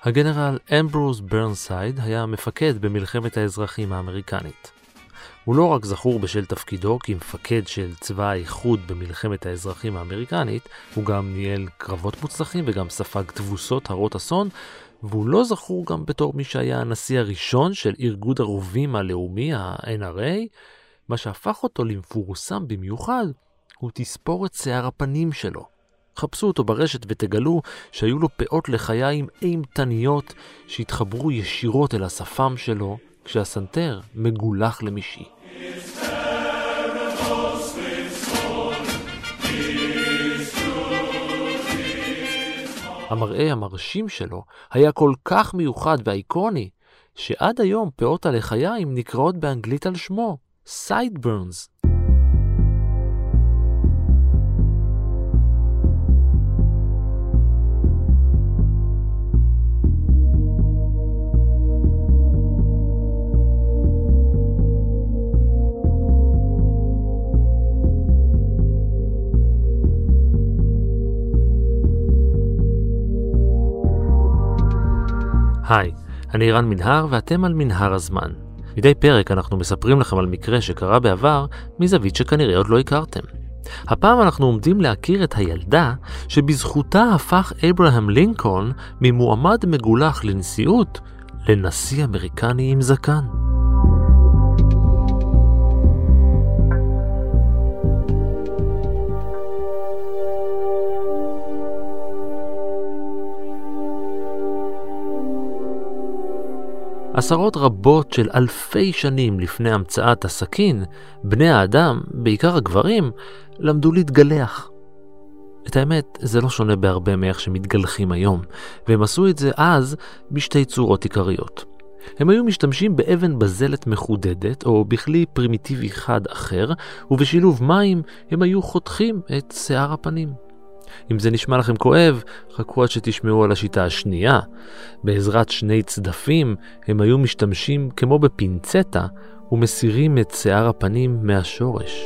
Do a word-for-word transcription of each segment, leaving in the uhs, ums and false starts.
הגנרל אמברוס ברנסייד היה מפקד במלחמת האזרחים האמריקנית. הוא לא רק זכור בשל תפקידו כמפקד של צבא האיחוד במלחמת האזרחים האמריקנית, הוא גם ניהל קרבות מוצלחים וגם ספג תבוסות הרות אסון, והוא לא זכור גם בתור מי שהיה הנשיא הראשון של ארגון הרובים הלאומי, ה-אן אר איי. מה שהפך אותו למפורסם במיוחד הוא תספורת שיער הפנים שלו. חפשו אותו ברשת ותגלו שהיו לו פאות לחיים אימתניות שהתחברו ישירות אל השפם שלו כשהסנטר מגולח למשי. המראה המרשים שלו היה כל כך מיוחד ואיקוני, שעד היום פאות הלחיים נקראות באנגלית על שמו, sideburns. היי, אני אירן מנהר ואתם על מנהר הזמן. מדי פרק אנחנו מספרים לכם על מקרה שקרה בעבר מזווית שכנראה עוד לא הכרתם. הפעם אנחנו עומדים להכיר את הילדה שבזכותה הפך אברהם לינקולן ממועמד מגולח לנשיאות לנשיא אמריקני עם זקן. עשרות רבות של אלפי שנים לפני המצאת הסכין, בני האדם, בעיקר הגברים, למדו להתגלח. את האמת, זה לא שונה בהרבה מאיך שמתגלחים היום, והם עשו את זה אז בשתי צורות עיקריות. הם היו משתמשים באבן בזלת מחודדת, או בכלי פרימיטיבי חד אחר, ובשילוב מים הם היו חותכים את שיער הפנים. אם זה נשמע לכם כואב, חכו עד שתשמעו על השיטה השנייה. בעזרת שני צדפים הם היו משתמשים כמו בפינצטה ומסירים את שיער הפנים מהשורש.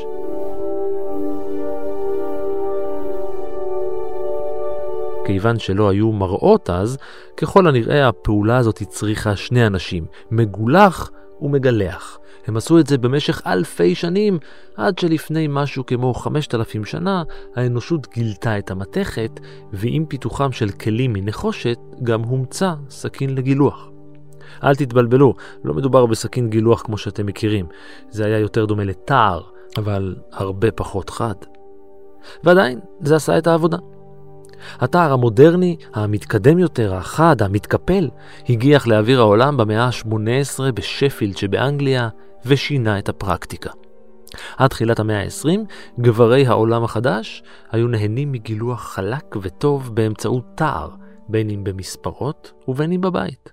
כיוון שלא היו מראות אז, ככל הנראה הפעולה הזאת הצריכה שני אנשים, מגולח ומגלח. הם עשו את זה במשך אלפי שנים, עד שלפני משהו כמו חמשת אלפים שנה, האנושות גילתה את המתכת, ועם פיתוחם של כלים מנחושת, גם הומצא סכין לגילוח. אל תתבלבלו, לא מדובר בסכין גילוח כמו שאתם מכירים. זה היה יותר דומה לתער, אבל הרבה פחות חד. ועדיין, זה עשה את העבודה. התער המודרני, המתקדם יותר, החד, המתקפל, הגיח לאוויר העולם במאה ה-שמונה עשרה בשפילד שבאנגליה, ושינה את הפרקטיקה. עד תחילת המאה ה-עשרים, גברי העולם החדש היו נהנים מגילוח חלק וטוב באמצעות תער, בין אם במספרות ובין אם בבית.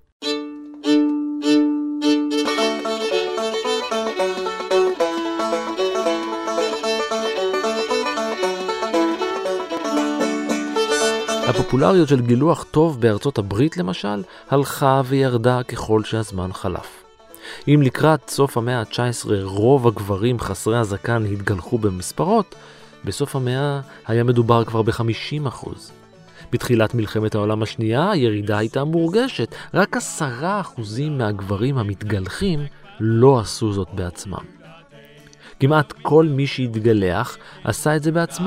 הפופולריות של גילוח טוב בארצות הברית למשל, הלכה וירדה ככל שהזמן חלף. אם לקראת סוף המאה ה-תשע עשרה רוב הגברים חסרי הזקן התגלחו במספרות, בסוף המאה היה מדובר כבר ב-חמישים אחוז. בתחילת מלחמת העולם השנייה הירידה הייתה מורגשת, רק עשרה אחוזים מהגברים המתגלחים לא עשו זאת בעצמם. כמעט כל מי שהתגלח עשה את זה בעצמו.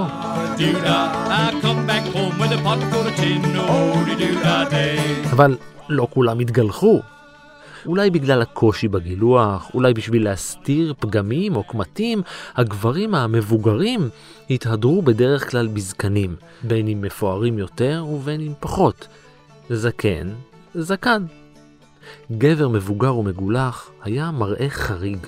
אבל לא כולם התגלחו. אולי בגלל הקושי בגילוח, אולי בשביל להסתיר פגמים או קמטים, הגברים המבוגרים התהדרו בדרך כלל בזקנים, בין אם מפוארים יותר ובין אם פחות. זקן, זקן. גבר מבוגר ומגולח היה מראה חריג.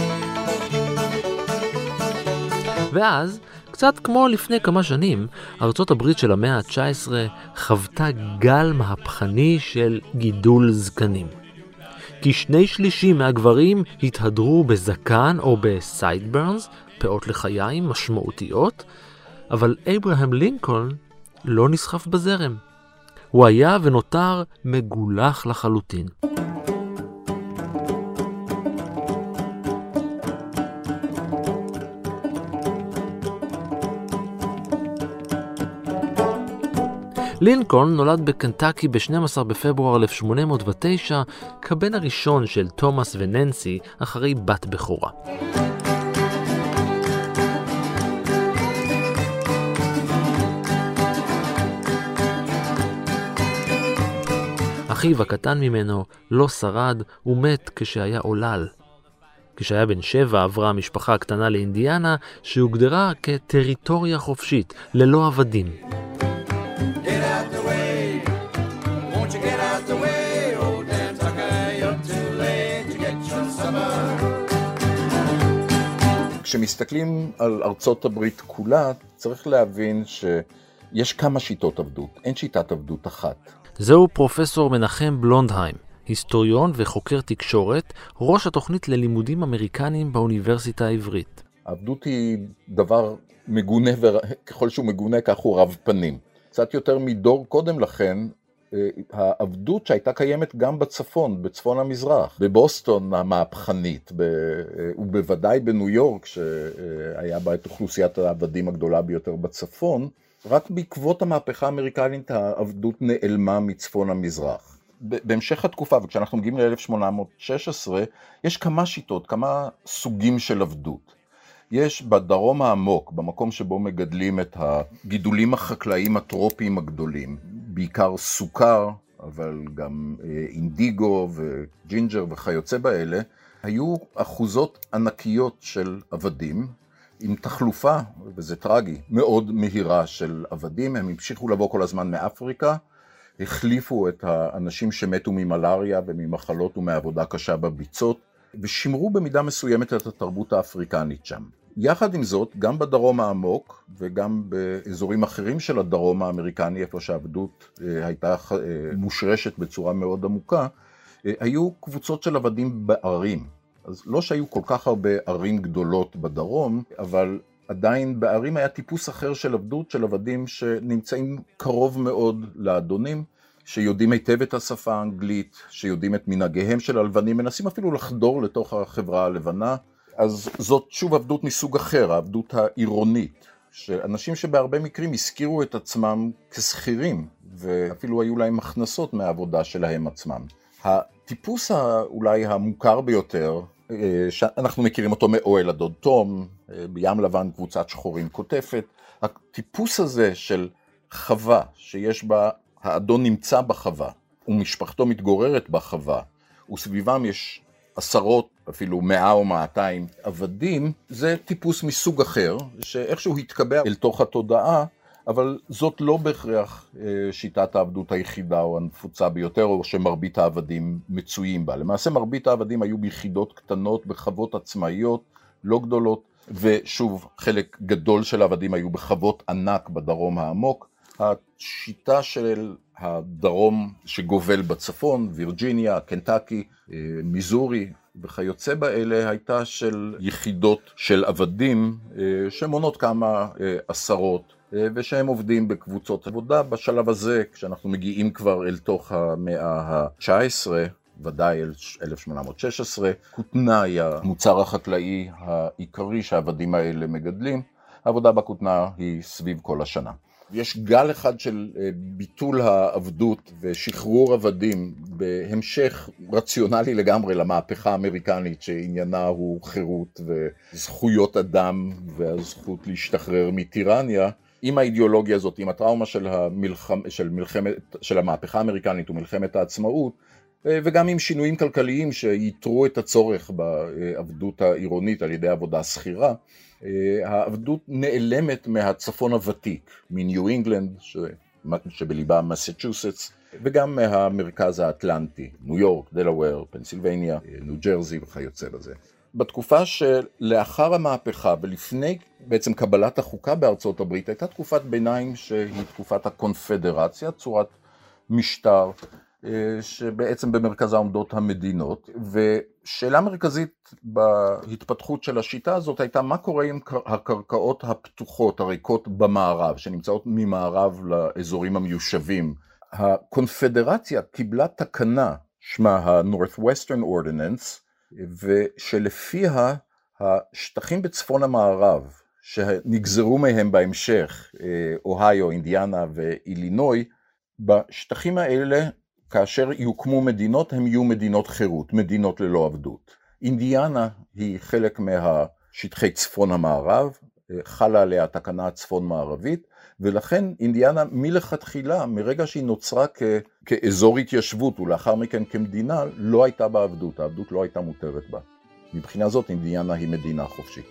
ואז, קצת כמו לפני כמה שנים, ארצות הברית של המאה ה-תשע עשרה חוותה גל מהפכני של גידול זקנים. כי שני שלישים מהגברים התהדרו בזקן או בסיידברנס, פאות לחיים משמעותיות, אבל אברהם לינקולן לא נסחף בזרם. הוא היה ונותר מגולח לחלוטין. לינקולן נולד בקנטקי ב-שנים עשר בפברואר אלף שמונה מאות ותשע כבן הראשון של תומאס וננסי אחרי בת בכורה. אחיו הקטן ממנו לא שרד ומת כשהיה עולל. כשהיה בן שבע עברה המשפחה הקטנה לאינדיאנה שהוגדרה כטריטוריה חופשית, ללא עבדים. כשמסתכלים על ארצות הברית כולה, צריך להבין שיש כמה שיטות עבדות, אין שיטת עבדות אחת. זהו פרופסור מנחם בלונדהיים, היסטוריון וחוקר תקשורת, ראש התוכנית ללימודים אמריקניים באוניברסיטה העברית. העבדות היא דבר מגונה, וככל שהוא מגונה כך הוא רב פנים. קצת יותר מדור קודם לכן, העבדות שהייתה קיימת גם בצפון, בצפון המזרח, בבוסטון המהפכנית, ובוודאי בניו יורק, שהיה בה את אוכלוסיית העבדים הגדולה ביותר בצפון, רק בעקבות המהפכה האמריקנית העבדות נעלמה מצפון המזרח. בהמשך התקופה, וכשאנחנו מגיעים ל-אלף שמונה מאות ושש עשרה, יש כמה שיטות, כמה סוגים של עבדות. יש בדרום העמוק, במקום שבו מגדלים את הגידולים החקלאיים הטרופיים הגדולים, בעיקר סוכר, אבל גם אינדיגו וג'ינג'ר וכיוצא באלה, היו אחוזות ענקיות של עבדים, עם תחלופה, וזה טרגי, מאוד מהירה של עבדים. הם המשיכו לבוא כל הזמן מאפריקה, החליפו את האנשים שמתו ממלריה וממחלות ומעבודה קשה בביצות, ושימרו במידה מסוימת את התרבות האפריקנית שם. יחד עם זאת, גם בדרום העמוק וגם באזורים אחרים של הדרום האמריקני, איפה שהעבדות הייתה מושרשת בצורה מאוד עמוקה, היו קבוצות של עבדים בערים. אז לא שהיו כל כך הרבה ערים גדולות בדרום, אבל עדיין בערים היה טיפוס אחר של עבדות, של עבדים שנמצאים קרוב מאוד לאדונים, שיודעים היטב את השפה האנגלית, שיודעים את מנהגיהם של הלבנים, מנסים אפילו לחדור לתוך החברה הלבנה. אז זאת שוב עבדות מסוג אחר, העבדות העירונית, שאנשים שבהרבה מקרים הזכירו את עצמם כשכירים, ואפילו היו להם הכנסות מהעבודה שלהם עצמם. הטיפוס אולי המוכר ביותר, שאנחנו מכירים אותו מאוהל הדוד תום, בים לבן קבוצת שחורים כותפת, הטיפוס הזה של חווה שיש בה, האדון נמצא בחווה, ומשפחתו מתגוררת בחווה, וסביבם יש עשרות, אפילו מאה או מאתיים עבדים, זה טיפוס מסוג אחר, שאיכשהו התקבע אל תוך התודעה, אבל זאת לא בהכרח שיטת העבדות היחידה או הנפוצה ביותר, או שמרבית העבדים מצויים בה. למעשה מרבית העבדים היו ביחידות קטנות, בחוות עצמאיות, לא גדולות, ושוב, חלק גדול של העבדים היו בחוות ענק בדרום העמוק. השיטה של הדרום שגובל בצפון, וירג'יניה, קנטקי, מיזורי וכיוצא באלה, הייתה של יחידות של עבדים שמונות כמה עשרות, ושהם עובדים בקבוצות עבודה. בשלב הזה, כשאנחנו מגיעים כבר אל תוך המאה ה-תשע עשרה, ודאי אלף שמונה מאות ושש עשרה, כותנה היא המוצר החקלאי העיקרי שהעבדים האלה מגדלים. העבודה בכותנה היא סביב כל השנה. יש גל אחד של ביטול העבדות ושחרור עבדים בהמשך רציונלי לגמרי למהפכה האמריקנית, שעניינה הוא חירות וזכויות אדם והזכות להשתחרר מטירניה. עם האידיאולוגיה הזאת, עם הטראומה של, המלחמ... של, מלחמת... של המהפכה האמריקנית ומלחמת העצמאות, וגם עם שינויים כלכליים שיתרו את הצורך בעבדות העירונית על ידי עבודה שכירה, העבדות נעלמת מהצפון הוותיק, מניו אינגלנד, ש... שבליבה מסצ'וסטס, וגם מהמרכז האטלנטי, ניו יורק, דלוור, פנסילבניה, ניו ג'רזי וכיוצא בזה. בתקופה שלאחר המהפכה ולפני בעצם קבלת החוקה בארצות הברית, הייתה תקופת ביניים שהיא תקופת הקונפדרציה, צורת משטר שבעצם במרכזה עומדות המדינות, ושאלה מרכזית בהתפתחות של השיטה הזאת הייתה מה קורה עם הקרקעות הפתוחות, הריקות במערב, שנמצאות ממערב לאזורים המיושבים. הקונפדרציה קיבלה תקנה, שמה ה-Northwestern Ordinance, ושלפיה השטחים בצפון המערב, שנגזרו מהם בהמשך, אוהיו, אינדיאנה ואילינוי, בשטחים האלה, כאשר יוקמו מדינות, הם יהיו מדינות חירות, מדינות ללא עבדות. אינדיאנה היא חלק מהשטחי צפון המערב, חלה עליה תקנה הצפון מערבית, ולכן אינדיאנה מלכתחילה, מרגע שהיא נוצרה כ- כאזור התיישבות ולאחר מכן כמדינה, לא הייתה בעבדות, העבדות לא הייתה מותרת בה. מבחינה זאת אינדיאנה היא מדינה חופשית.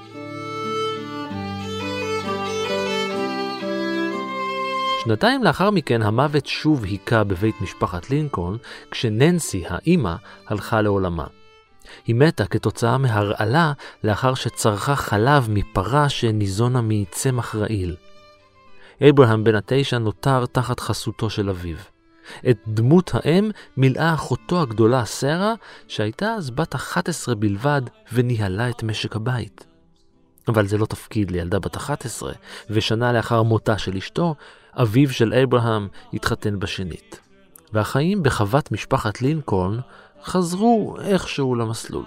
שנתיים לאחר מכן המוות שוב היכה בבית משפחת לינקולן, כשננסי, האימא, הלכה לעולמה. היא מתה כתוצאה מהרעלה לאחר שצרכה חלב מפרה שניזונה מצמח רעיל. אברהם בן התשע נותר תחת חסותו של אביו. את דמות האם מילאה אחותו הגדולה סרה, שהייתה אז בת אחת עשרה בלבד וניהלה את משק הבית. אבל זה לא תפקיד לילדה בת אחת עשרה, ושנה לאחר מותה של אשתו, אביו של אברהם התחתן בשנית. והחיים בחוות משפחת לינקולן חזרו איכשהו למסלול.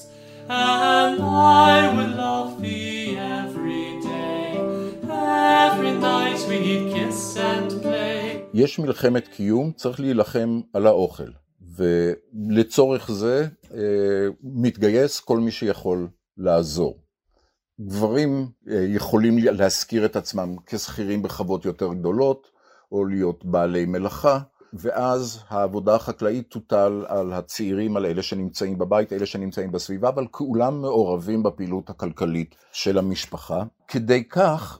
And I will love thee every day, every night we'd kiss and play. יש מלחמת קיום, צריך להילחם על האוכל, ולצורך זה אה, מתגייס כל מי שיכול לעזור. גברים אה, יכולים להזכיר את עצמם כשכירים בחוות יותר גדולות, או להיות בעלי מלאכה, ואז העבודה החקלאית תוטל על הצעירים, על אלה שנמצאים בבית, אלה שנמצאים בסביבה, אבל כולם מעורבים בפעילות הכלכלית של המשפחה, כדי כך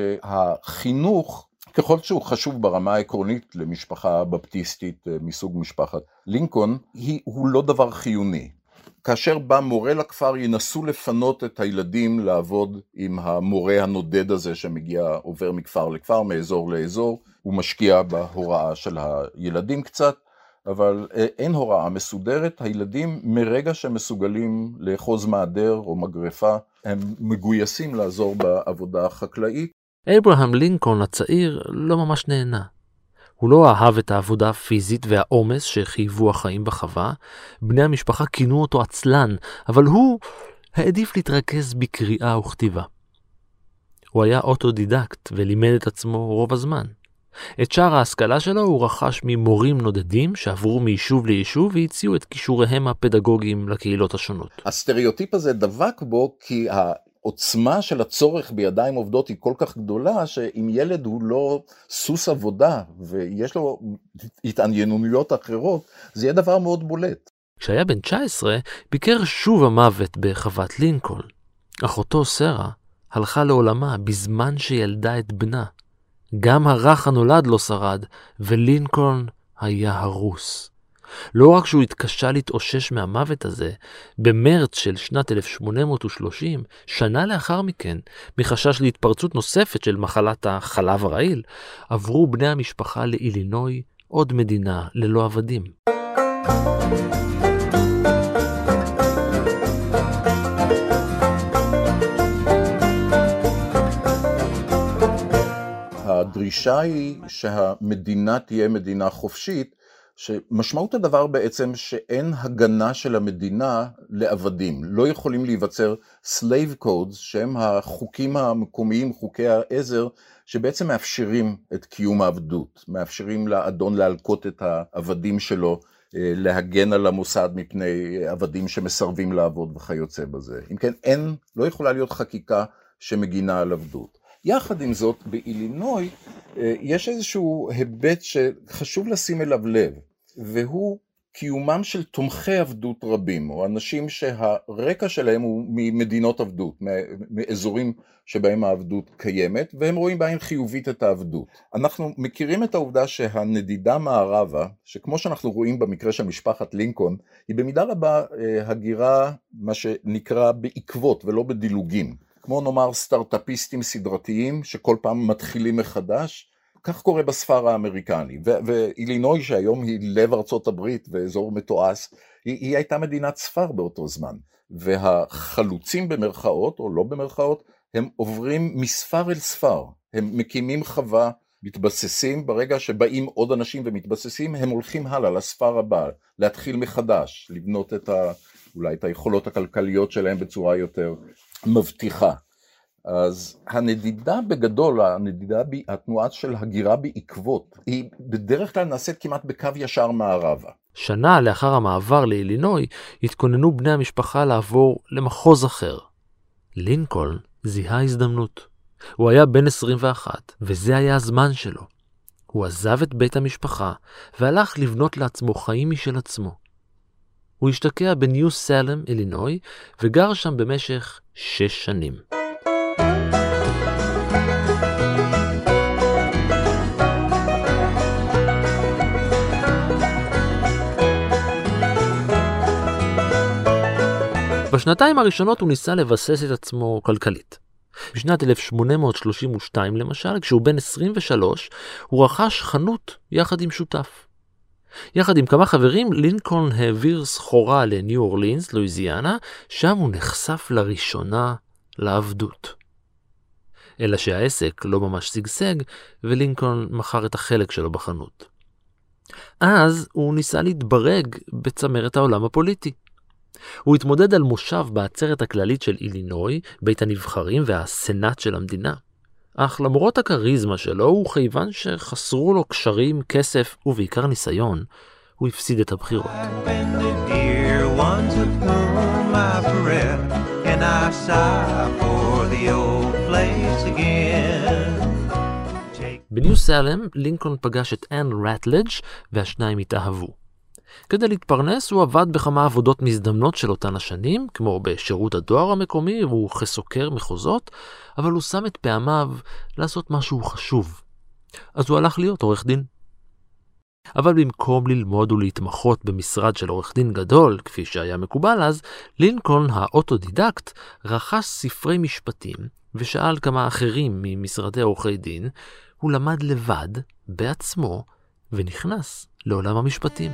שהחינוך, ככל שהוא חשוב ברמה העקרונית למשפחה בפטיסטית מסוג משפחת לינקולן, הוא לא דבר חיוני. כאשר בא מורה לכפר, ינסו לפנות את הילדים לעבוד עם המורה הנודד הזה שמגיע, עובר מכפר לכפר, מאזור לאזור, הוא משקיע בהוראה של הילדים קצת, אבל אין הוראה מסודרת. הילדים מרגע שמסוגלים לאחוז מעדר או מגרפה, הם מגויסים לעזור בעבודה החקלאית. אברהם לינקולן הצעיר לא ממש נהנה. הוא לא אהב את העבודה הפיזית והעומס שחייבו החיים בחווה. בני המשפחה כינו אותו עצלן, אבל הוא העדיף להתרכז בקריאה וכתיבה. הוא היה אוטודידקט ולימד את עצמו רוב הזמן. את שאר ההשכלה שלו הוא רכש ממורים נודדים שעברו מיישוב ליישוב והציעו את כישוריהם הפדגוגיים לקהילות השונות. הסטריאוטיפ הזה דבק בו כי העוצמה של הצורך בידיים עובדות היא כל כך גדולה, שאם ילד הוא לא סוס עבודה ויש לו התעניינויות אחרות, זה יהיה דבר מאוד בולט. כשהיה בן תשע עשרה ביקר שוב המוות בחוות לינקולן. אחותו סרה הלכה לעולמה בזמן שילדה את בנה. גם הרך הנולד לא שרד, ולינקולן היה הרוס. לא רק שהוא התקשה להתאושש מהמוות הזה, במרץ של שנת אלף שמונה מאות ושלושים, שנה לאחר מכן, מחשש להתפרצות נוספת של מחלת החלב הרעיל, עברו בני המשפחה לאילינוי, עוד מדינה ללא עבדים. הדרישה היא שהמדינה תהיה מדינה חופשית, שמשמעות הדבר בעצם שאין הגנה של המדינה לעבדים. לא יכולים להיווצר slave codes, שהם החוקים המקומיים, חוקי העזר, שבעצם מאפשרים את קיום העבדות, מאפשרים לאדון להלקות את העבדים שלו, להגן על המוסד מפני עבדים שמסרבים לעבוד וכיוצא בזה. אם כן, אין, לא יכולה להיות חקיקה שמגינה על עבדות. יחד עם זאת, באילינוי יש איזשהו היבט שחשוב לשים אליו לב, והוא קיומם של תומכי עבדות רבים, או אנשים שהרקע שלהם הוא ממדינות עבדות, מאזורים שבהם העבדות קיימת, והם רואים בעין חיובית את העבדות. אנחנו מכירים את העובדה שהנדידה מערבה, שכמו שאנחנו רואים במקרה של משפחת לינקולן, היא במידה רבה הגירה, מה שנקרא בעקבות ולא בדילוגים. כמו נאמר סטארט-אפיסטים סדרתיים שכל פעם מתחילים מחדש, כך קורה בספר האמריקני. ואילינוי שהיום היא לב ארצות הברית ואזור מתועש, היא, היא הייתה מדינת ספר באותו זמן. והחלוצים במרכאות או לא במרכאות, הם עוברים מספר אל ספר. הם מקימים חווה, מתבססים, ברגע שבאים עוד אנשים ומתבססים, הם הולכים הלאה לספר הבא, להתחיל מחדש, לבנות את ה, אולי את היכולות הכלכליות שלהם בצורה יותר מבטיחה. אז הנדידה בגדול, הנדידה, התנועה של הגירה בעקבות, היא בדרך כלל נעשית כמעט בקו ישר מערבה. שנה לאחר המעבר לאילינוי, התכוננו בני המשפחה לעבור למחוז אחר. לינקולן זיהה הזדמנות. הוא היה בן עשרים ואחת, וזה היה הזמן שלו. הוא עזב את בית המשפחה, והלך לבנות לעצמו חיים משל עצמו. הוא השתקע בניו סלם, אילינוי, וגר שם במשך שש שנים. בשנתיים הראשונות הוא ניסה לבסס את עצמו כלכלית. בשנת אלף שמונה מאות שלושים ושתיים למשל, כשהוא בן עשרים ושלוש, הוא רכש חנות יחד עם שותף. יחד עם כמה חברים, לינקולן העביר סחורה לניו אורלינס, לואיזיאנה, שם הוא נחשף לראשונה לעבדות. אלא שהעסק לא ממש סגסג, ולינקולן מכר את החלק שלו בחנות. אז הוא ניסה להתברג בצמרת העולם הפוליטי. הוא התמודד על מושב בעצרת הכללית של אילינוי, בית הנבחרים והסנאט של המדינה. אך למרות הקריזמה שלו, הוא כיוון שחסרו לו קשרים, כסף ובעיקר ניסיון, הוא הפסיד את הבחירות. בניו סלם, לינקולן פגש את אן רטלג' והשניים התאהבו. כדי להתפרנס הוא עבד בכמה עבודות מזדמנות של אותן השנים, כמו בשירות הדואר המקומי והוא כסוקר מחוזות, אבל הוא שם את פעמיו לעשות משהו חשוב. אז הוא הלך להיות עורך דין. אבל במקום ללמוד ולהתמחות במשרד של עורך דין גדול, כפי שהיה מקובל אז, לינקולן האוטודידקט רכש ספרי משפטים ושאל כמה אחרים ממשרדי עורכי דין, הוא למד לבד, בעצמו, ונכנס לעולם המשפטים.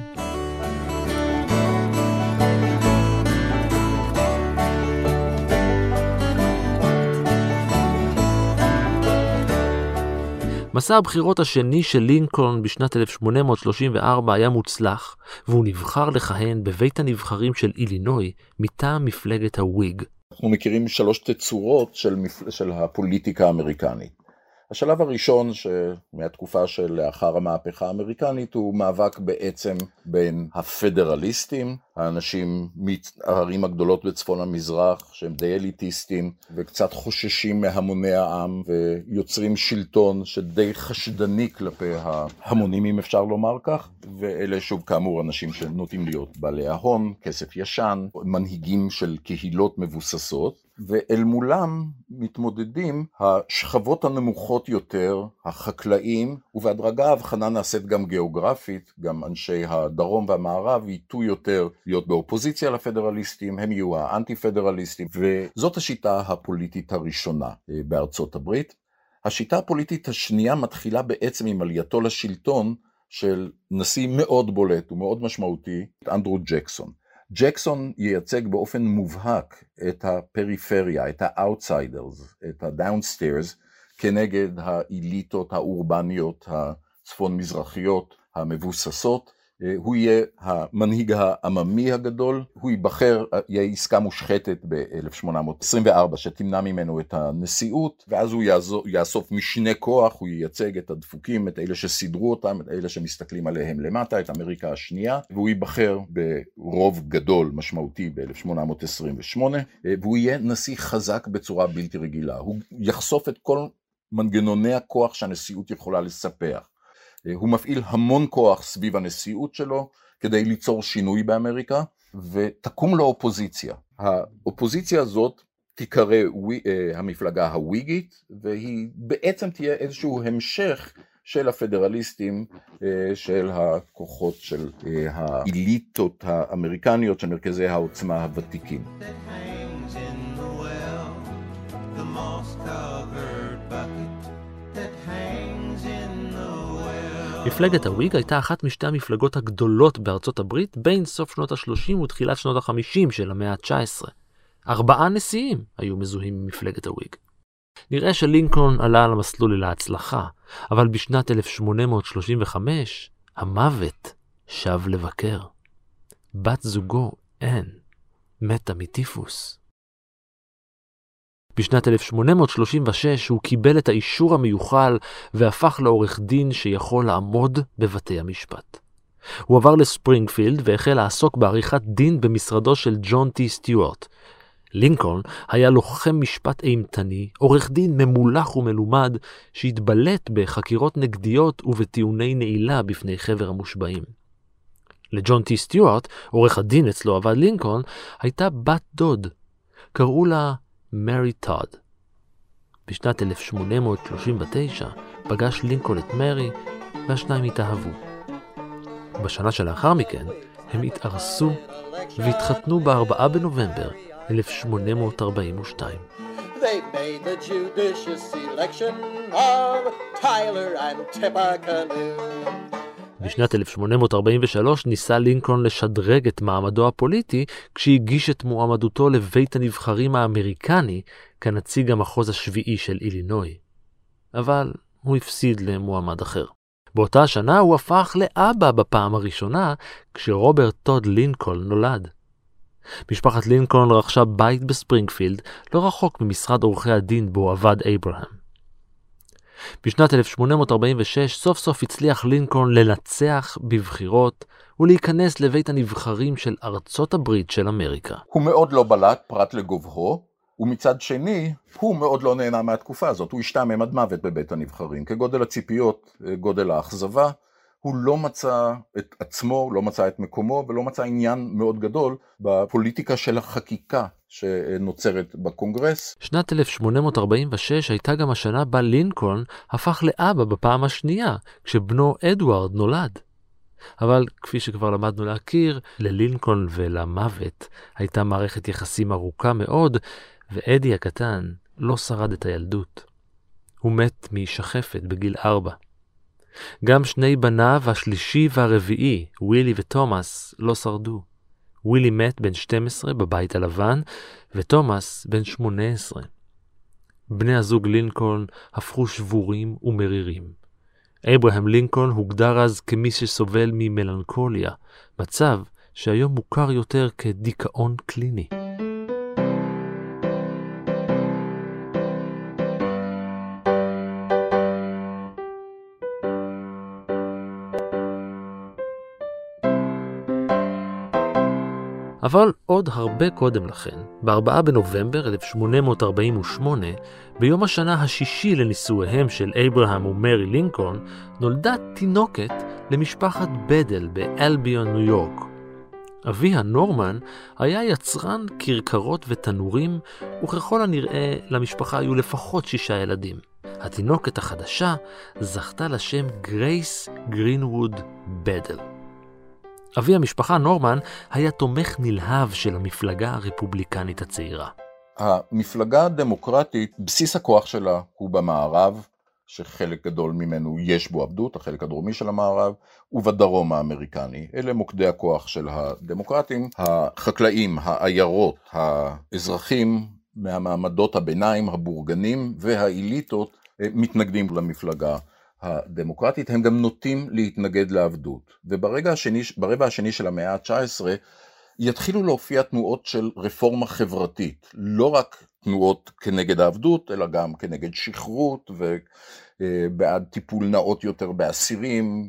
מסע הבחירות השני של לינקולן בשנת אלף שמונה מאות שלושים וארבע היה מוצלח, והוא נבחר לכהן בבית הנבחרים של אילינוי מטעם מפלגת הוויג. אנחנו מכירים שלוש תצורות של, מפל... של הפוליטיקה האמריקנית. השלב הראשון מהתקופה של לאחר המהפכה האמריקנית הוא מאבק בעצם בין הפדרליסטים, האנשים מהערים הגדולות בצפון המזרח שהם די אליטיסטים וקצת חוששים מהמוני העם ויוצרים שלטון שדי חשדני כלפי ההמונים אם אפשר לומר כך, ואלה שוב כאמור אנשים שנוטים להיות בעלי ההון, כסף ישן, מנהיגים של קהילות מבוססות, ואל מולם מתמודדים השכבות הנמוכות יותר, החקלאים, ובהדרגה ההבחנה נעשית גם גיאוגרפית, גם אנשי הדרום והמערב ייתו יותר להיות באופוזיציה לפדרליסטים, הם יהיו האנטי-פדרליסטים, וזאת השיטה הפוליטית הראשונה בארצות הברית. השיטה הפוליטית השנייה מתחילה בעצם עם עלייתו לשלטון של נשיא מאוד בולט ומאוד משמעותי, אנדרו ג'קסון. ג'קסון ייצג באופן מובהק את הפריפריה, את האוטסיידרס, את הדאונסטיירס, כנגד האליטות האורבניות, הצפון מזרחיות, המבוססות. הוא יהיה המנהיג העממי הגדול, הוא ייבחר, יהיה עסקה מושחתת ב-אלף שמונה מאות עשרים וארבע שתמנע ממנו את הנשיאות, ואז הוא יאסוף משנה כוח, הוא ייצג את הדפוקים, את אלה שסידרו אותם, את אלה שמסתכלים עליהם למטה, את אמריקה השנייה, והוא ייבחר ברוב גדול משמעותי ב-אלף שמונה מאות עשרים ושמונה, והוא יהיה נשיא חזק בצורה בלתי רגילה, הוא יחשוף את כל מנגנוני הכוח שהנשיאות יכולה לספח. הוא מפעיל המון כוח סביב הנשיאות שלו כדי ליצור שינוי באמריקה, ותקום לו אופוזיציה. האופוזיציה הזאת תיקרא המפלגה הוויגית, והיא בעצם תהיה איזשהו המשך של הפדרליסטים, של הכוחות של האליטות האמריקניות של מרכזי העוצמה הוותיקים. מפלגת הוויג הייתה אחת משתי המפלגות הגדולות בארצות הברית בין סוף שנות ה-שלושים ותחילת שנות ה-חמישים של המאה ה-תשע עשרה. ארבעה נשיאים היו מזוהים ממפלגת הוויג. נראה שלינקולן עלה על המסלול אל ההצלחה, אבל בשנת אלף שמונה מאות שלושים וחמש המוות שב לבקר. בת זוגו, אן, מתה מטיפוס. בשנת אלף שמונה מאות שלושים ושש הוא קיבל את האישור המיוחל והפך לעורך דין שיכול לעמוד בבתי המשפט. הוא עבר לספרינגפילד והחל לעסוק בעריכת דין במשרדו של ג'ון טי סטיוארט. לינקולן היה לוחם משפט אימתני, עורך דין ממולח ומלומד שהתבלט בחקירות נגדיות ובטיעוני נעילה בפני חבר המושבעים. לג'ון טי סטיוארט, עורך הדין אצלו עבד לינקולן, הייתה בת דוד. קראו לה מרי טוד. בשנת אלף שמונה מאות שלושים ותשע פגש לינקולן את מרי והשניים התאהבו. בשנה שלאחר מכן הם התארסו והתחתנו ב-ארבעה בנובמבר אלף שמונה מאות ארבעים ושתיים. They made the judicious election of Tyler and Tippecanoe. בשנת אלף שמונה מאות ארבעים ושלוש ניסה לינקולן לשדרג את מעמדו הפוליטי כשהגיש את מועמדותו לבית הנבחרים האמריקני כנציג המחוז השביעי של אילינוי. אבל הוא הפסיד למועמד אחר. באותה השנה הוא הפך לאבא בפעם הראשונה כשרוברט טוד לינקולן נולד. משפחת לינקולן רכשה בית בספרינגפילד לא רחוק ממשרד עורכי הדין בו עבד אברהם. בשנת אלף שמונה מאות ארבעים ושש סוף סוף הצליח לינקולן לנצח בבחירות ולהיכנס לבית הנבחרים של ארצות הברית של אמריקה. הוא מאוד לא בלט פרט לגובהו, ומצד שני הוא מאוד לא נהנה מהתקופה הזאת. הוא השתעמם עד מוות בבית הנבחרים. כגודל הציפיות, גודל האכזבה, הוא לא מצא את עצמו, לא מצא את מקומו ולא מצא עניין מאוד גדול בפוליטיקה של החקיקה שנוצרת בקונגרס. שנת אלף שמונה מאות ארבעים ושש הייתה גם השנה בה לינקולן הפך לאבא בפעם השנייה, כשבנו אדוארד נולד. אבל כפי שכבר למדנו להכיר, ללינקולן ולמוות הייתה מערכת יחסים ארוכה מאוד, ואדי הקטן לא שרד את הילדות. הוא מת משחפת בגיל ארבע. גם שני בניו, השלישי והרביעי, ווילי ותומאס, לא שרדו. ווילי מת בן שתים עשרה בבית הלבן, ותומאס בן שמונה עשרה. בני הזוג לינקולן הפכו שבורים ומרירים. אברהם לינקולן הוגדר אז כמי שסובל ממלנכוליה, מצב שהיום מוכר יותר כדיכאון קליני. אבל עוד הרבה קודם לכן, ב-ארבעה בנובמבר אלף שמונה מאות ארבעים ושמונה, ביום השנה השישי לנישואיהם של אברהם ומרי לינקולן, נולדה תינוקת למשפחת בדל באלביון, ניו יורק. אביה נורמן היה יצרן כרכרות ותנורים, וככל הנראה למשפחה היו לפחות שישה ילדים. התינוקת החדשה זכתה לשם גרייס גרינווד בדל. אבי המשפחה נורמן היה תומך נלהב של המפלגה הרפובליקנית הצעירה. המפלגה הדמוקרטית, בסיס הכוח שלה הוא במערב, שחלק גדול ממנו יש בו עבדות, החלק הדרומי של המערב, ובדרום האמריקני. אלה מוקדי הכוח של הדמוקרטים, החקלאים, העיירות, האזרחים מהמעמדות הביניים, הבורגנים והאליטות מתנגדים למפלגה הדמוקרטית. הם גם נוטים להתנגד לעבדות. וברגע השני, ברבע השני של המאה ה-תשע עשרה, יתחילו להופיע תנועות של רפורמה חברתית, לא רק תנועות כנגד העבדות, אלא גם כנגד שחרות ובעד טיפול נאות יותר באסירים,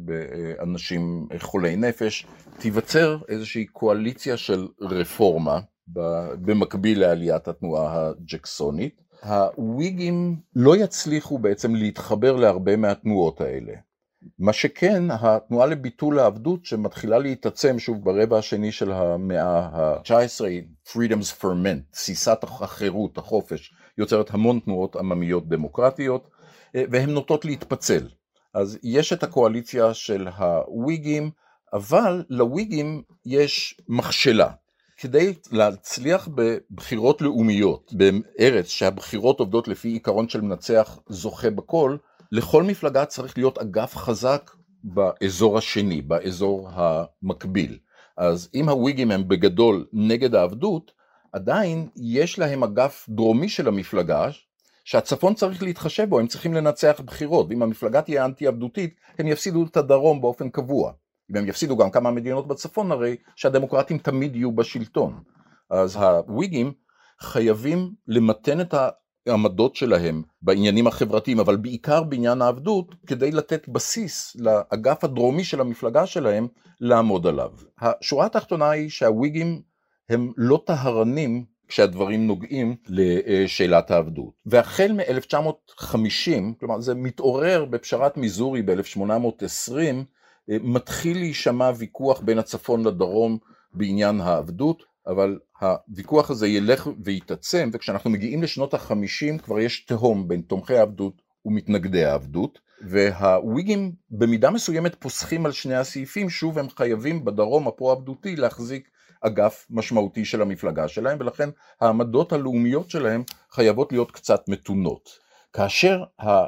באנשים חולי נפש. תיווצר איזושהי קואליציה של רפורמה במקביל לעליית התנועה הג'קסונית. הוויגים לא יצליחו בעצם להתחבר להרבה מהתנועות האלה. מה שכן, התנועה לביטול העבדות שמתחילה להתעצם שוב ברבע השני של המאה ה-תשע עשרה, Freedom's Ferment, תסיסת החירות, החופש, יוצרת המון תנועות עממיות דמוקרטיות, והן נוטות להתפצל. אז יש את הקואליציה של הוויגים, אבל לוויגים יש מכשלה. כדי להצליח בבחירות לאומיות, בארץ שהבחירות עובדות לפי עיקרון של מנצח זוכה בכל, לכל מפלגה צריך להיות אגף חזק באזור השני, באזור המקביל. אז אם הוויגים הם בגדול נגד העבדות, עדיין יש להם אגף דרומי של המפלגה, שהצפון צריך להתחשב בו, הם צריכים לנצח בחירות, ואם המפלגה תהיה אנטי-עבדותית, הם יפסידו את הדרום באופן קבוע. והם יפסידו גם כמה מדינות בצפון, הרי שהדמוקרטים תמיד יהיו בשלטון. אז הוויגים חייבים למתן את העמדות שלהם בעניינים החברתיים, אבל בעיקר בעניין העבדות, כדי לתת בסיס לאגף הדרומי של המפלגה שלהם לעמוד עליו. השורה התחתונה היא שהוויגים הם לא טהרנים כשהדברים נוגעים לשאלת העבדות. והחל מ-אלף תשע מאות וחמישים, כלומר זה מתעורר בפשרת מיזורי ב-אלף שמונה מאות ועשרים, מתחיל להישמע ויכוח בין הצפון לדרום בעניין העבדות, אבל הוויכוח הזה ילך ויתעצם, וכשאנחנו מגיעים לשנות ה-חמישים כבר יש תהום בין תומכי העבדות ומתנגדי העבדות, והוויגים במידה מסוימת פוסחים על שני הסעיפים, שוב הם חייבים בדרום הפרו-עבדותי להחזיק אגף משמעותי של המפלגה שלהם, ולכן העמדות הלאומיות שלהם חייבות להיות קצת מתונות. כאשר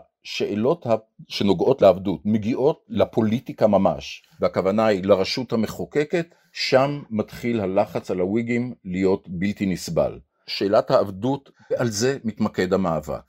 השאלות שנוגעות לעבדות מגיעות לפוליטיקה ממש, והכוונה היא לרשות המחוקקת, שם מתחיל הלחץ על הוויגים להיות בלתי נסבל. שאלת העבדות, על זה מתמקד המאבק.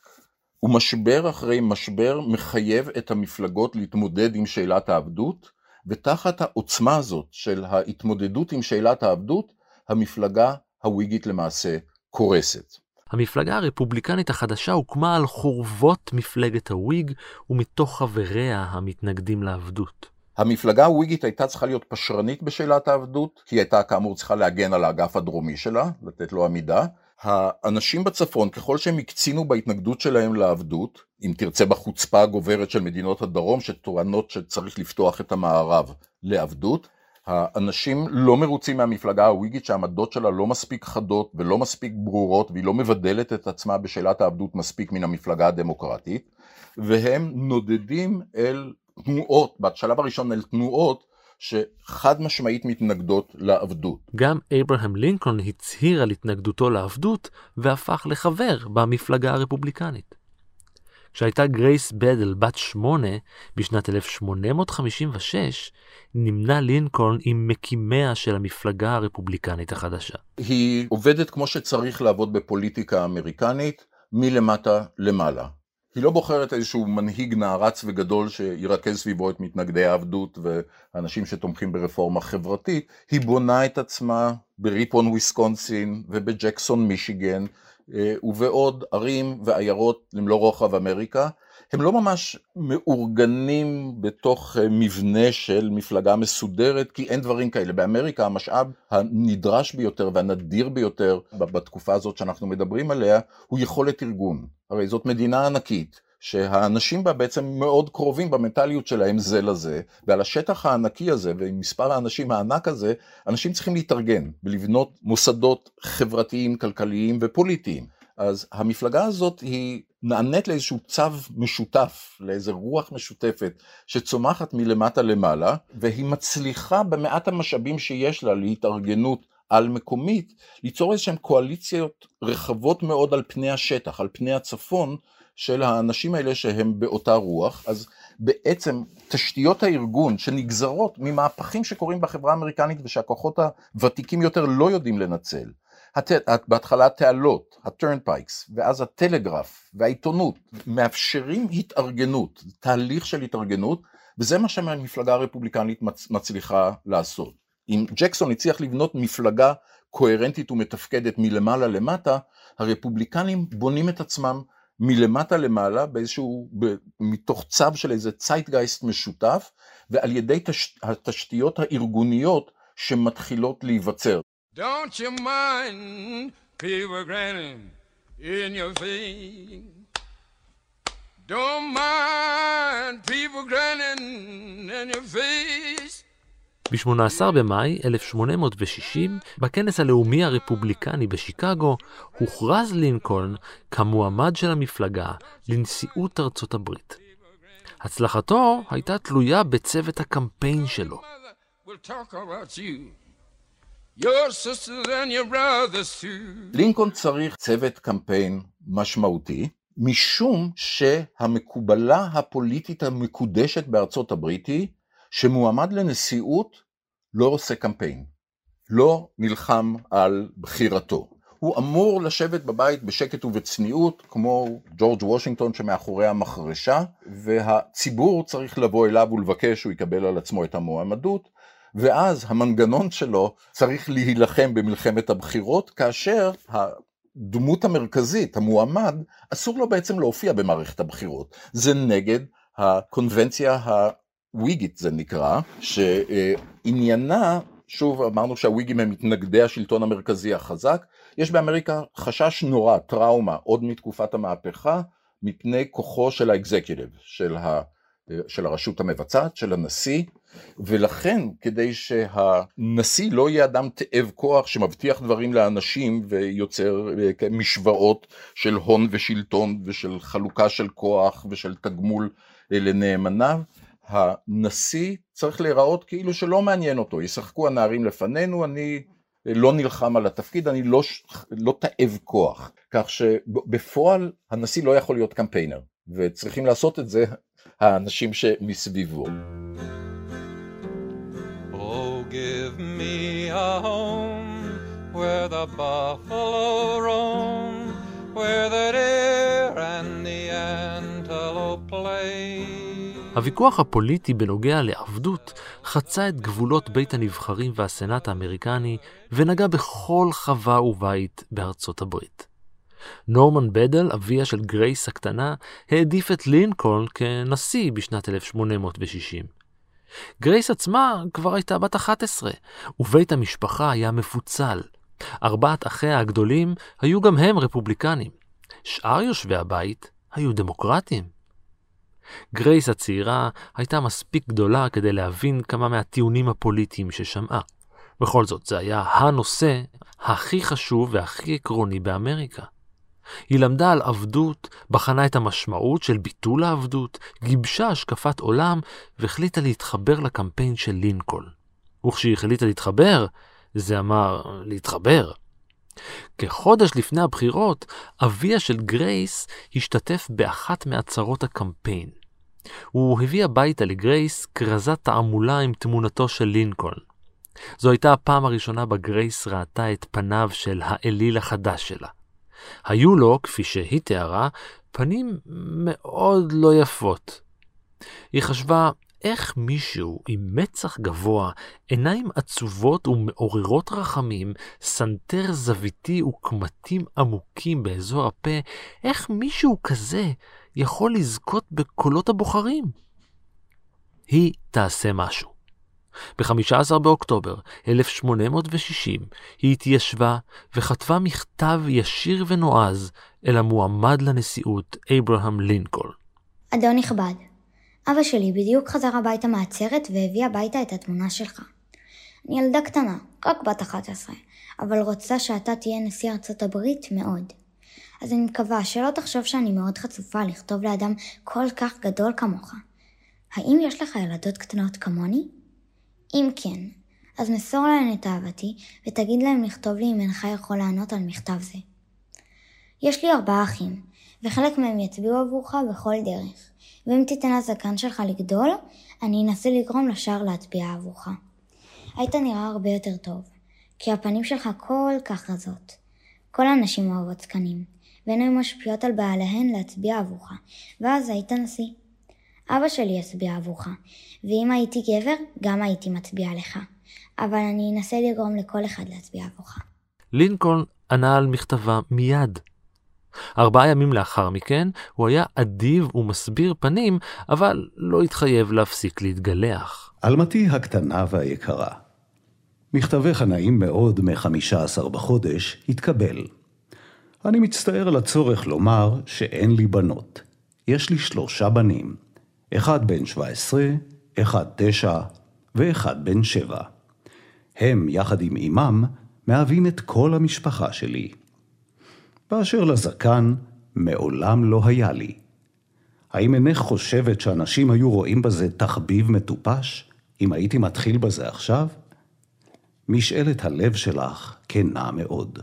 ומשבר אחרי משבר מחייב את המפלגות להתמודד עם שאלת העבדות, ותחת העוצמה הזאת של ההתמודדות עם שאלת העבדות, המפלגה הוויגית למעשה קורסת. המפלגה הרפובליקנית החדשה הוקמה על חורבות מפלגת הוויג ומתוך חבריה המתנגדים לעבדות. המפלגה הוויגית הייתה צריכה להיות פשרנית בשאלת העבדות, כי היא הייתה כאמור צריכה להגן על האגף הדרומי שלה, לתת לו עמידה. האנשים בצפון, ככל שהם הקצינו בהתנגדות שלהם לעבדות, אם תרצה בחוצפה הגוברת של מדינות הדרום, שטוענות שצריך לפתוח את המערב לעבדות, האנשים לא מרוצים מהמפלגה הוויגית שהעמדות שלה לא מספיק חדות ולא מספיק ברורות, והיא לא מבדלת את עצמה בשאלת העבדות מספיק מן המפלגה הדמוקרטית, והם נודדים אל תנועות, בשלב הראשון אל תנועות, שחד משמעית מתנגדות לעבדות. גם אברהם לינקולן הצהיר על התנגדותו לעבדות והפך לחבר במפלגה הרפובליקנית. כשהייתה גרייס בדל בת שמונה בשנת אלף שמונה מאות חמישים ושש, נמנה לינקולן עם מקימיה של המפלגה הרפובליקנית החדשה. היא עובדת כמו שצריך לעבוד בפוליטיקה האמריקנית, מלמטה למעלה. היא לא בוחרת איזשהו מנהיג נערץ וגדול שירכז סביבו את מתנגדי העבדות ואנשים שתומכים ברפורמה חברתית, היא בונה את עצמה בריפון וויסקונסין ובג'קסון מישיגן ובעוד ערים ועיירות למלוא רוחב אמריקה. הם לא ממש מאורגנים בתוך מבנה של מפלגה מסודרת, כי אין דברים כאלה. באמריקה המשאב הנדרש ביותר והנדיר ביותר בתקופה הזאת שאנחנו מדברים עליה, הוא יכולת ארגון. הרי זאת מדינה ענקית, שהאנשים בה בעצם מאוד קרובים במנטליות שלהם זה לזה, ועל השטח הענקי הזה ועם מספר האנשים הענק הזה, אנשים צריכים להתארגן ולבנות מוסדות חברתיים, כלכליים ופוליטיים. אז המפלגה הזאת היא נענית לאיזשהו צו משותף, לאיזו רוח משותפת שצומחת מלמטה למעלה, והיא מצליחה במעט המשאבים שיש לה להתארגנות על מקומית, ליצור איזשהם קואליציות רחבות מאוד על פני השטח, על פני הצפון של האנשים האלה שהם באותה רוח. אז בעצם תשתיות הארגון שנגזרות ממהפכים שקורים בחברה האמריקנית ושהכוחות הוותיקים יותר לא יודעים לנצל, בהתחלה התעלות, הטרנפייקס, ואז הטלגרף והעיתונות, מאפשרים התארגנות, תהליך של התארגנות, וזה מה שהמפלגה הרפובליקנית מצליחה לעשות. אם ג'קסון הצליח לבנות מפלגה קוהרנטית ומתפקדת מלמעלה למטה, הרפובליקנים בונים את עצמם מלמטה למעלה, באיזשהו, מתוך צו של איזה צייטגייסט משותף, ועל ידי תש, התשתיות הארגוניות שמתחילות להיווצר. Don't you mind people grinning in your face? Don't mind people grinning in your face? ב-שמונה עשר במאי אלף שמונה מאות ושישים, בכנס הלאומי הרפובליקני בשיקגו, הוכרז לינקולן כמועמד של המפלגה לנשיאות ארצות הברית. הצלחתו הייתה תלויה בצוות הקמפיין שלו. We'll talk about you. Your sisters and your brothers too. לינקולן צריך צוות קמפיין משמעותי, משום שהמקובלה הפוליטית המקודשת בארצות הברית היא, שמועמד לנשיאות לא עושה קמפיין, לא נלחם על בחירתו. הוא אמור לשבת בבית בשקט ובצניעות, כמו ג'ורג' וושינגטון שמאחורי המחרשה, והציבור צריך לבוא אליו ולבקש שהוא יקבל על עצמו את המועמדות, ואז המנגנון שלו צריך להילחם במלחמת הבחירות, כאשר הדמות המרכזית, המועמד, אסור לו בעצם להופיע במערכת הבחירות. זה נגד הקונבנציה הוויגית, זה נקרא, שעניינה, שוב אמרנו שהוויגים הם מתנגדי השלטון המרכזי החזק, יש באמריקה חשש נורא, טראומה, עוד מתקופת המהפכה, מפני כוחו של האקזקיוטיב, של, ה, של הרשות המבצעת, של הנשיא, ולכן כדי שהנשיא לא יהיה אדם תאב כוח שמבטיח דברים לאנשים ויוצר משוואות של הון ושלטון ושל חלוקה של כוח ושל תגמול לנאמניו, הנשיא צריך להיראות כאילו שלא מעניין אותו, ישחקו הנערים לפנינו, אני לא נלחם על התפקיד, אני לא, לא תאב כוח, כך שבפועל הנשיא לא יכול להיות קמפיינר, וצריכים לעשות את זה האנשים שמסביבו. Oh, give me a home where the buffalo roam, where the deer and the antelope play. הוויכוח הפוליטי בנוגע לעבדות חצה את גבולות בית הנבחרים והסנאט האמריקני ונגע בכל חווה ובית בארצות הברית. נורמן בדל, אביה של גרייס הקטנה, העדיף את לינקולן כנשיא בשנת אלף שמונה מאות ושישים. גרייס עצמה כבר הייתה בת אחת עשרה, ובית המשפחה היה מפוצל. ארבעת אחיה הגדולים היו גם הם רפובליקנים. שאר יושבי הבית היו דמוקרטים. גרייס הצעירה הייתה מספיק גדולה כדי להבין כמה מהטיעונים הפוליטיים ששמעה. בכל זאת, זה היה הנושא הכי חשוב והכי עקרוני באמריקה. היא למדה על עבדות, בחנה את המשמעות של ביטול העבדות, גיבשה השקפת עולם והחליטה להתחבר לקמפיין של לינקולן. וכשהיא החליטה להתחבר, זה אמר להתחבר. כחודש לפני הבחירות, אביה של גרייס השתתף באחת מעצרות הקמפיין. הוא הביא הביתה לגרייס כרזת תעמולה עם תמונתו של לינקולן. זו הייתה הפעם הראשונה בה גרייס ראתה את פניו של האליל החדש שלה. היו לו, כפי שהיא תיארה, פנים מאוד לא יפות. היא חשבה, איך מישהו עם מצח גבוה, עיניים עצובות ומעוררות רחמים, סנטר זוויתי וקמטים עמוקים באזור הפה, איך מישהו כזה יכול לזכות בקולות הבוחרים? היא תעשה משהו. ב-חמישה עשר באוקטובר אלף שמונה מאות ושישים היא התיישבה וכתבה מכתב ישיר ונועז אל המועמד לנשיאות אברהם לינקולן. אדון נכבד, אבא שלי בדיוק חזר הביתה מהעצרת והביא הביתה את התמונה שלך. אני ילדה קטנה, רק בת אחת עשרה, אבל רוצה שאתה תהיה נשיא ארצות הברית מאוד. אז אני מקווה שלא תחשוב שאני מאוד חצופה לכתוב לאדם כל כך גדול כמוך. האם יש לך ילדות קטנות כמוני? אם כן, אז מסור להן את אהבתי ותגיד להם לכתוב לי אם אינך יכול לענות על מכתב זה. יש לי ארבעה אחים, וחלק מהם יצביעו עבורך בכל דרך, ואם תיתן לזקן שלך לגדול, אני אנסה לגרום לשאר להצביע עבורך. היית נראה הרבה יותר טוב, כי הפנים שלך כל כך רזות. כל האנשים אוהבות זקנים, והן היו משפיעות על בעליהן להצביע עבורך, ואז היית נשיא. אבא שלי יצביע עבורך, ואם הייתי גבר, גם הייתי מצביע לך. אבל אני אנסה לגרום לכל אחד להצביע עבורך. לינקולן ענה על מכתבה מיד. ארבעה ימים לאחר מכן הוא היה אדיב ומסביר פנים, אבל לא התחייב להפסיק להתגלח. אלמתי הקטנה והיקרה, מכתבך הנעים מאוד מ-חמישה עשר בחודש התקבל. אני מצטער על הצורך לומר שאין לי בנות. יש לי שלושה בנים. אחד בן שבע עשרה, אחד תשע ואחד בן שבע. הם יחד עם אמם מהווים את כל המשפחה שלי. באשר לזקן, מעולם לא היה לי. האם אינך חושבת שאנשים היו רואים בזה תחביב מטופש, אם הייתי מתחיל בזה עכשיו? משאלת הלב שלך כנה מאוד.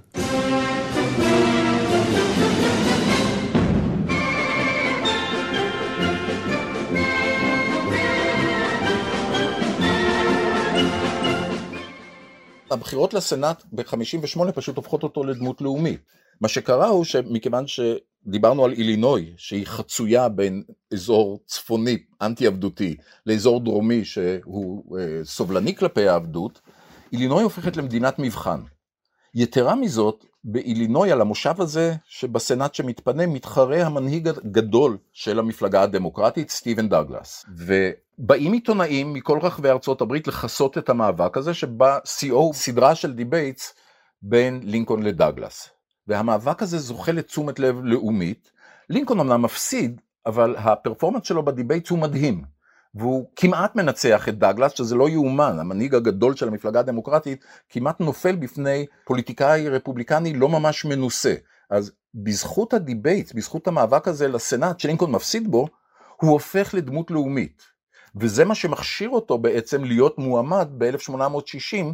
הבחירות לסנאט ב-חמישים ושמונה פשוט הופכות אותו לדמות לאומית. מה שקרה הוא שמכיוון שדיברנו על אילינוי, שהיא חצויה בין אזור צפוני, אנטי-עבדותי, לאזור דרומי שהוא אה, סובלני כלפי העבדות, אילינוי הופכת למדינת מבחן. יתרה מזאת, באילינוי על המושב הזה שבסנאט שמתפנה מתחרה המנהיג הגדול של המפלגה הדמוקרטית, סטיבן דאגלס. ובאים עיתונאים מכל רחבי ארצות הברית לחסות את המאבק הזה, שבה שיאו סדרה של דיבייטס בין לינקולן לדאגלס. והמאבק הזה זוכה לתשומת לב לאומית. לינקולן אמנם מפסיד, אבל הפרפורמנס שלו בדיבייטס הוא מדהים. והוא כמעט מנצח את דאגלס, שזה לא יאומן, המנהיג הגדול של המפלגה הדמוקרטית, כמעט נופל בפני פוליטיקאי רפובליקני לא ממש מנוסה. אז בזכות הדיבייט, בזכות המאבק הזה לסנאט שלינקולן מפסיד בו, הוא הופך לדמות לאומית. וזה מה שמכשיר אותו בעצם להיות מועמד ב-אלף שמונה מאות שישים,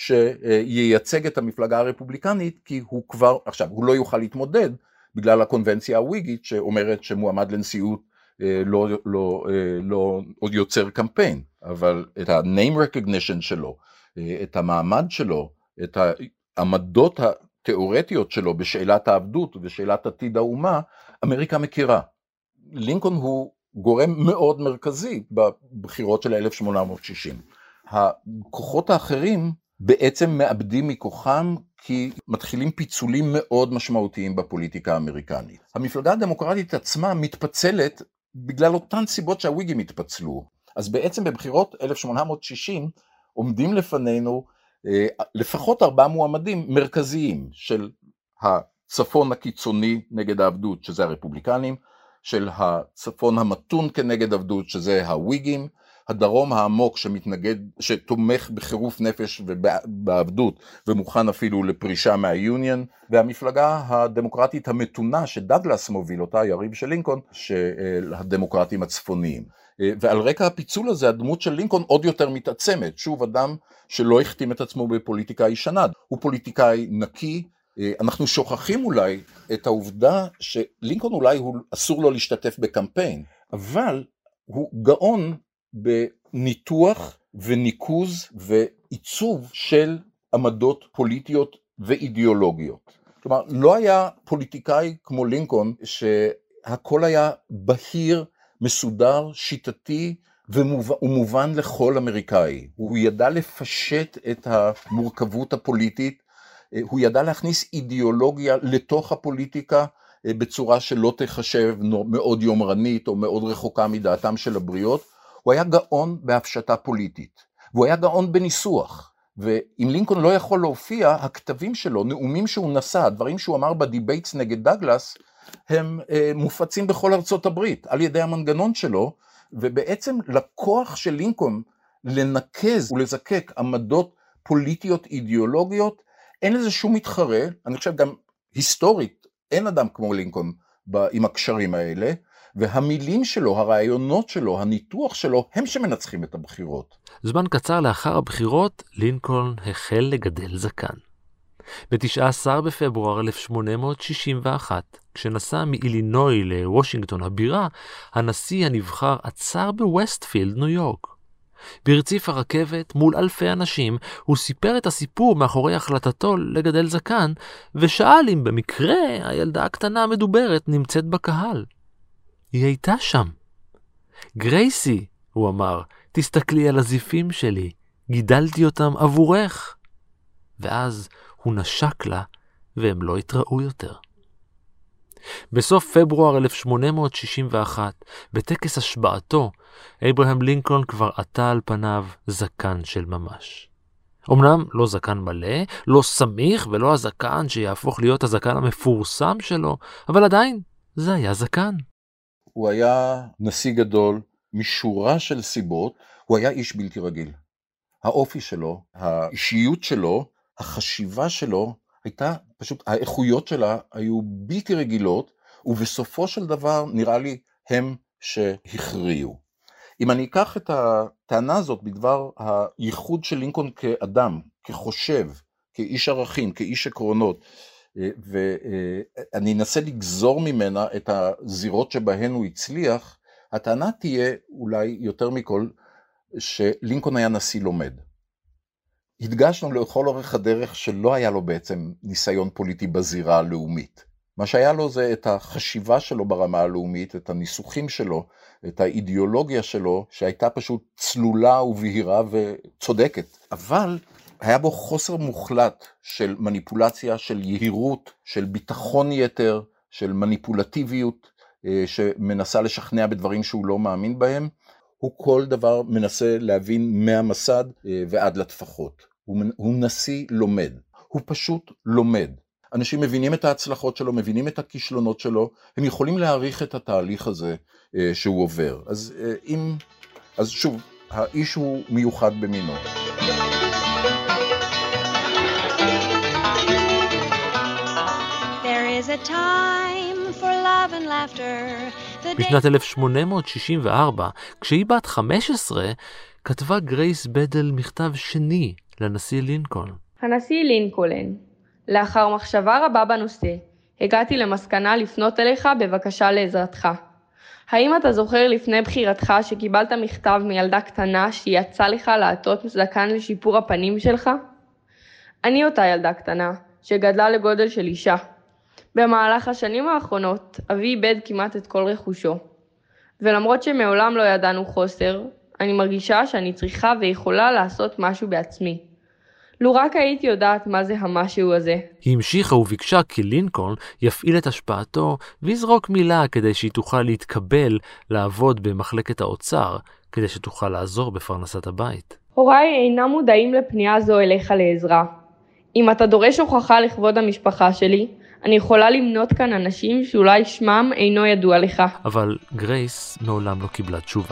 שייצג את המפלגה הרפובליקנית, כי הוא כבר, עכשיו, הוא לא יוכל להתמודד, בגלל הקונבנציה הוויגית, שאומרת שמועמד לנשיאות, לא, לא, לא עוד יוצר קמפיין, אבל את ה-name recognition שלו, את המעמד שלו, את העמדות התיאורטיות שלו בשאלת העבדות ובשאלת עתיד האומה, אמריקה מכירה. לינקולן הוא גורם מאוד מרכזי בבחירות של אלף שמונה מאות שישים. הכוחות האחרים בעצם מאבדים מכוחם, כי מתחילים פיצולים מאוד משמעותיים בפוליטיקה האמריקנית. המפלגה הדמוקרטית עצמה מתפצלת בגלל אותן סיבות שהוויגים התפצלו. אז בעצם בבחירות אלף שמונה מאות שישים עומדים לפנינו אה, לפחות ארבעה מועמדים מרכזיים של הצפון הקיצוני נגד העבדות, שזה הרפובליקנים, של הצפון המתון כנגד עבדות, שזה הוויגים, הדרום העמוק שמתנגד, שתומך בחירוף נפש ובעבדות ומוכן אפילו לפרישה מהיוניון, והמפלגה הדמוקרטית המתונה שדאגלס מוביל אותה, יריב של לינקולן, של הדמוקרטים הצפוניים. ועל רקע הפיצול הזה הדמות של לינקולן עוד יותר מתעצמת, שוב אדם שלא החתים את עצמו בפוליטיקה ישנה, הוא פוליטיקאי נקי. אנחנו שוכחים אולי את העובדה שלינקולן אולי הוא אסור לו להשתתף בקמפיין, אבל הוא גאון בניתוח וניקוז ועיצוב של עמדות פוליטיות ואידיאולוגיות. כלומר, לא היה פוליטיקאי כמו לינקולן שהכל היה בהיר, מסודר, שיטתי ומובן לכל אמריקאי. הוא ידע לפשט את המורכבות הפוליטית, הוא ידע להכניס אידיאולוגיה לתוך הפוליטיקה בצורה שלא תחשב מאוד יומרנית או מאוד רחוקה מדעתם של הבריות. הוא היה גאון בהפשטה פוליטית, והוא היה גאון בניסוח, ואם לינקולן לא יכול להופיע, הכתבים שלו, נאומים שהוא נשא, דברים שהוא אמר בדיבייטס נגד דאגלס, הם אה, מופצים בכל ארצות הברית, על ידי המנגנון שלו, ובעצם לקוח של לינקולן לנקז ולזקק עמדות פוליטיות אידיאולוגיות, אין לזה שום מתחרה, אני חושב גם היסטורית, אין אדם כמו לינקולן עם הקשרים האלה, והמילים שלו, הרעיונות שלו, הניתוח שלו, הם שמנצחים את הבחירות. זמן קצר לאחר הבחירות, לינקולן החל לגדל זקן. ב-תשעה עשר בפברואר אלף שמונה מאות שישים ואחת, כשנסע מאילינוי לוושינגטון הבירה, הנשיא הנבחר עצר בווסטפילד, ניו יורק. ברציף הרכבת, מול אלפי אנשים, הוא סיפר את הסיפור מאחורי החלטתו לגדל זקן, ושאל אם במקרה הילדה הקטנה המדוברת נמצאת בקהל. היא הייתה שם. גרייסי, הוא אמר, תסתכלי על הזיפים שלי, גידלתי אותם עבורך. ואז הוא נשק לה, והם לא התראו יותר. בסוף פברואר אלף שמונה מאות שישים ואחת, בטקס השבעתו, אברהם לינקולן כבר עטה על פניו זקן של ממש. אמנם לא זקן מלא, לא סמיך ולא הזקן שיהפוך להיות הזקן המפורסם שלו, אבל עדיין זה היה זקן. הוא היה נשיא גדול משורה של סיבות, הוא היה איש בלתי רגיל. האופי שלו, האישיות שלו, החשיבה שלו, הייתה פשוט, האיכויות שלה היו בלתי רגילות, ובסופו של דבר נראה לי הם שהכריעו. אם אני אקח את הטענה הזאת בדבר הייחוד של לינקולן כאדם, כחושב, כאיש ערכים, כאיש עקרונות, ואני אנסה לגזור ממנה את הזירות שבהן הוא הצליח, הטענה תהיה אולי יותר מכל שלינקולן היה נשיא לומד. הדגשנו לכל אורך הדרך שלא היה לו בעצם ניסיון פוליטי בזירה הלאומית. מה שהיה לו זה את החשיבה שלו ברמה הלאומית, את הניסוחים שלו, את האידיאולוגיה שלו, שהייתה פשוט צלולה ובהירה וצודקת. אבל היה בו חוסר מוחלט של מניפולציה, של יהירות, של ביטחון יתר, של מניפולטיביות, שמנסה לשכנע בדברים שהוא לא מאמין בהם. הוא כל דבר מנסה להבין מהמסד ועד לטפחות. הוא, הוא נשיא לומד, הוא פשוט לומד. אנשים מבינים את ההצלחות שלו, מבינים את הכישלונות שלו, הם יכולים להעריך את התהליך הזה שהוא עובר. אז אם, אז שוב, האיש הוא מיוחד במינו. There is a time for love and laughter. בשנת אלף שמונה מאות שישים וארבע, כשהיא בת חמש עשרה, כתבה גרייס בדל מכתב שני לנשיא לינקולן. הנשיא לינקולן, לאחר מחשבה רבה בנושא, הגעתי למסקנה לפנות אליך בבקשה לעזרתך. האם אתה זוכר לפני בחירתך שקיבלת מכתב מילדה קטנה שיצא לך לעטות זקן לשיפור הפנים שלך? אני אותה ילדה קטנה, שגדלה לגודל של אישה. במהלך השנים האחרונות, אבי איבד כמעט את כל רכושו. ולמרות שמעולם לא ידענו חוסר, אני מרגישה שאני צריכה ויכולה לעשות משהו בעצמי. לו רק הייתי יודעת מה זה המשהו הזה. היא המשיכה וביקשה כי לינקולן יפעיל את השפעתו ויזרוק מילה כדי שהיא תוכל להתקבל לעבוד במחלקת האוצר, כדי שתוכל לעזור בפרנסת הבית. הוריי אינם מודעים לפנייה זו אליך לעזרה. אם אתה דורש הוכחה לכבוד המשפחה שלי, אני יכולה למנות כאן אנשים שאולי שמם אינו ידוע לך. אבל גרייס מעולם לא קיבלה תשובה.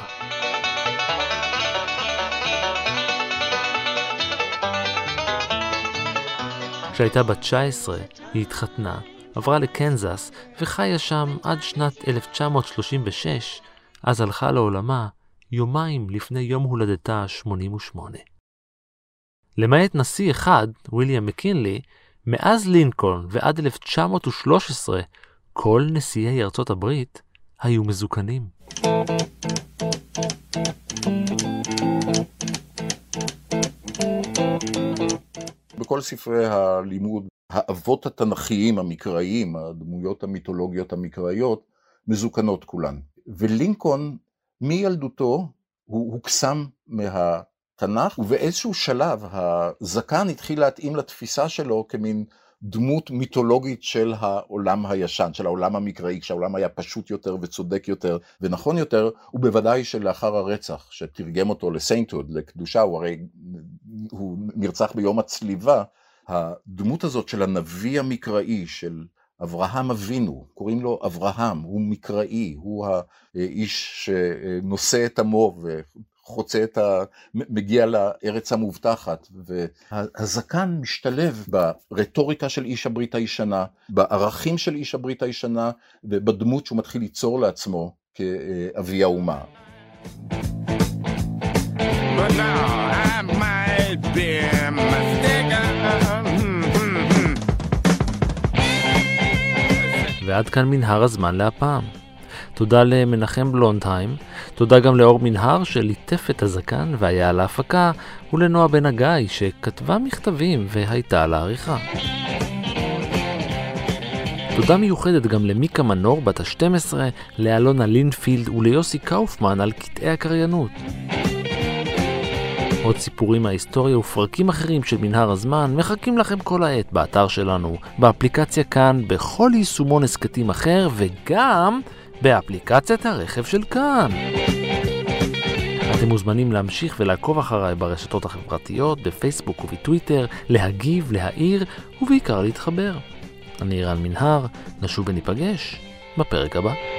כשהייתה בת תשע עשרה, היא התחתנה, עברה לקנזס וחיה שם עד שנת אלף תשע מאות שלושים ושש, אז הלכה לעולמה יומיים לפני יום הולדתה שמונים ושמונה. למעט נשיא אחד, ויליאם מקינלי, מאז לינקולן ועד אלף תשע מאות ושלוש עשרה, כל נשיאי ארצות הברית היו מזוקנים. בכל ספרי הלימוד, האבות התנכיים המקראיים, הדמויות המיתולוגיות המקראיות, מזוקנות כולן. ולינקולן, מילדותו, הוא הוקסם מהתנ"ך, ובאיזשהו שלב הזקן התחיל להתאים לתפיסה שלו כמין דמות מיתולוגית של העולם הישן, של העולם המקראי, כשהעולם היה פשוט יותר וצודק יותר ונכון יותר, ובוודאי שלאחר הרצח, שתרגם אותו לסיינטהוד, לקדושה, הוא הרי הוא נרצח ביום הצליבה, הדמות הזאת של הנביא המקראי, של אברהם אבינו, קוראים לו אברהם, הוא מקראי, הוא האיש שנושא את עמו וחוצה את ה... מגיע לארץ המובטחת, והזקן משתלב ברטוריקה של איש הברית הישנה, בערכים של איש הברית הישנה, ובדמות שהוא מתחיל ליצור לעצמו כאבי האומה. But now I might be mistaken. ועד כאן מנהר הזמן להפעם. תודה למנחם בלונדהיים, תודה גם לאור מנהר שליטף את הזקן והיה על ההפקה, ולנועה בן הגיא שכתבה מכתבים והייתה על העריכה. תודה מיוחדת גם למיקה מנור בת ה-שתים עשרה, לאלונה לינפילד וליוסי קאופמן על קטעי הקריינות. עוד סיפורים מההיסטוריה ופרקים אחרים של מנהר הזמן מחכים לכם כל העת באתר שלנו, באפליקציה כאן, בכל יישומון הסקטים אחר וגם באפליקציית הרכב של כאן. אתם מוזמנים להמשיך ולעקוב אחריי ברשתות החברתיות, בפייסבוק ובטוויטר, להגיב, להעיר ובעיקר להתחבר. אני אירן מנהר, נשוב וניפגש בפרק הבא.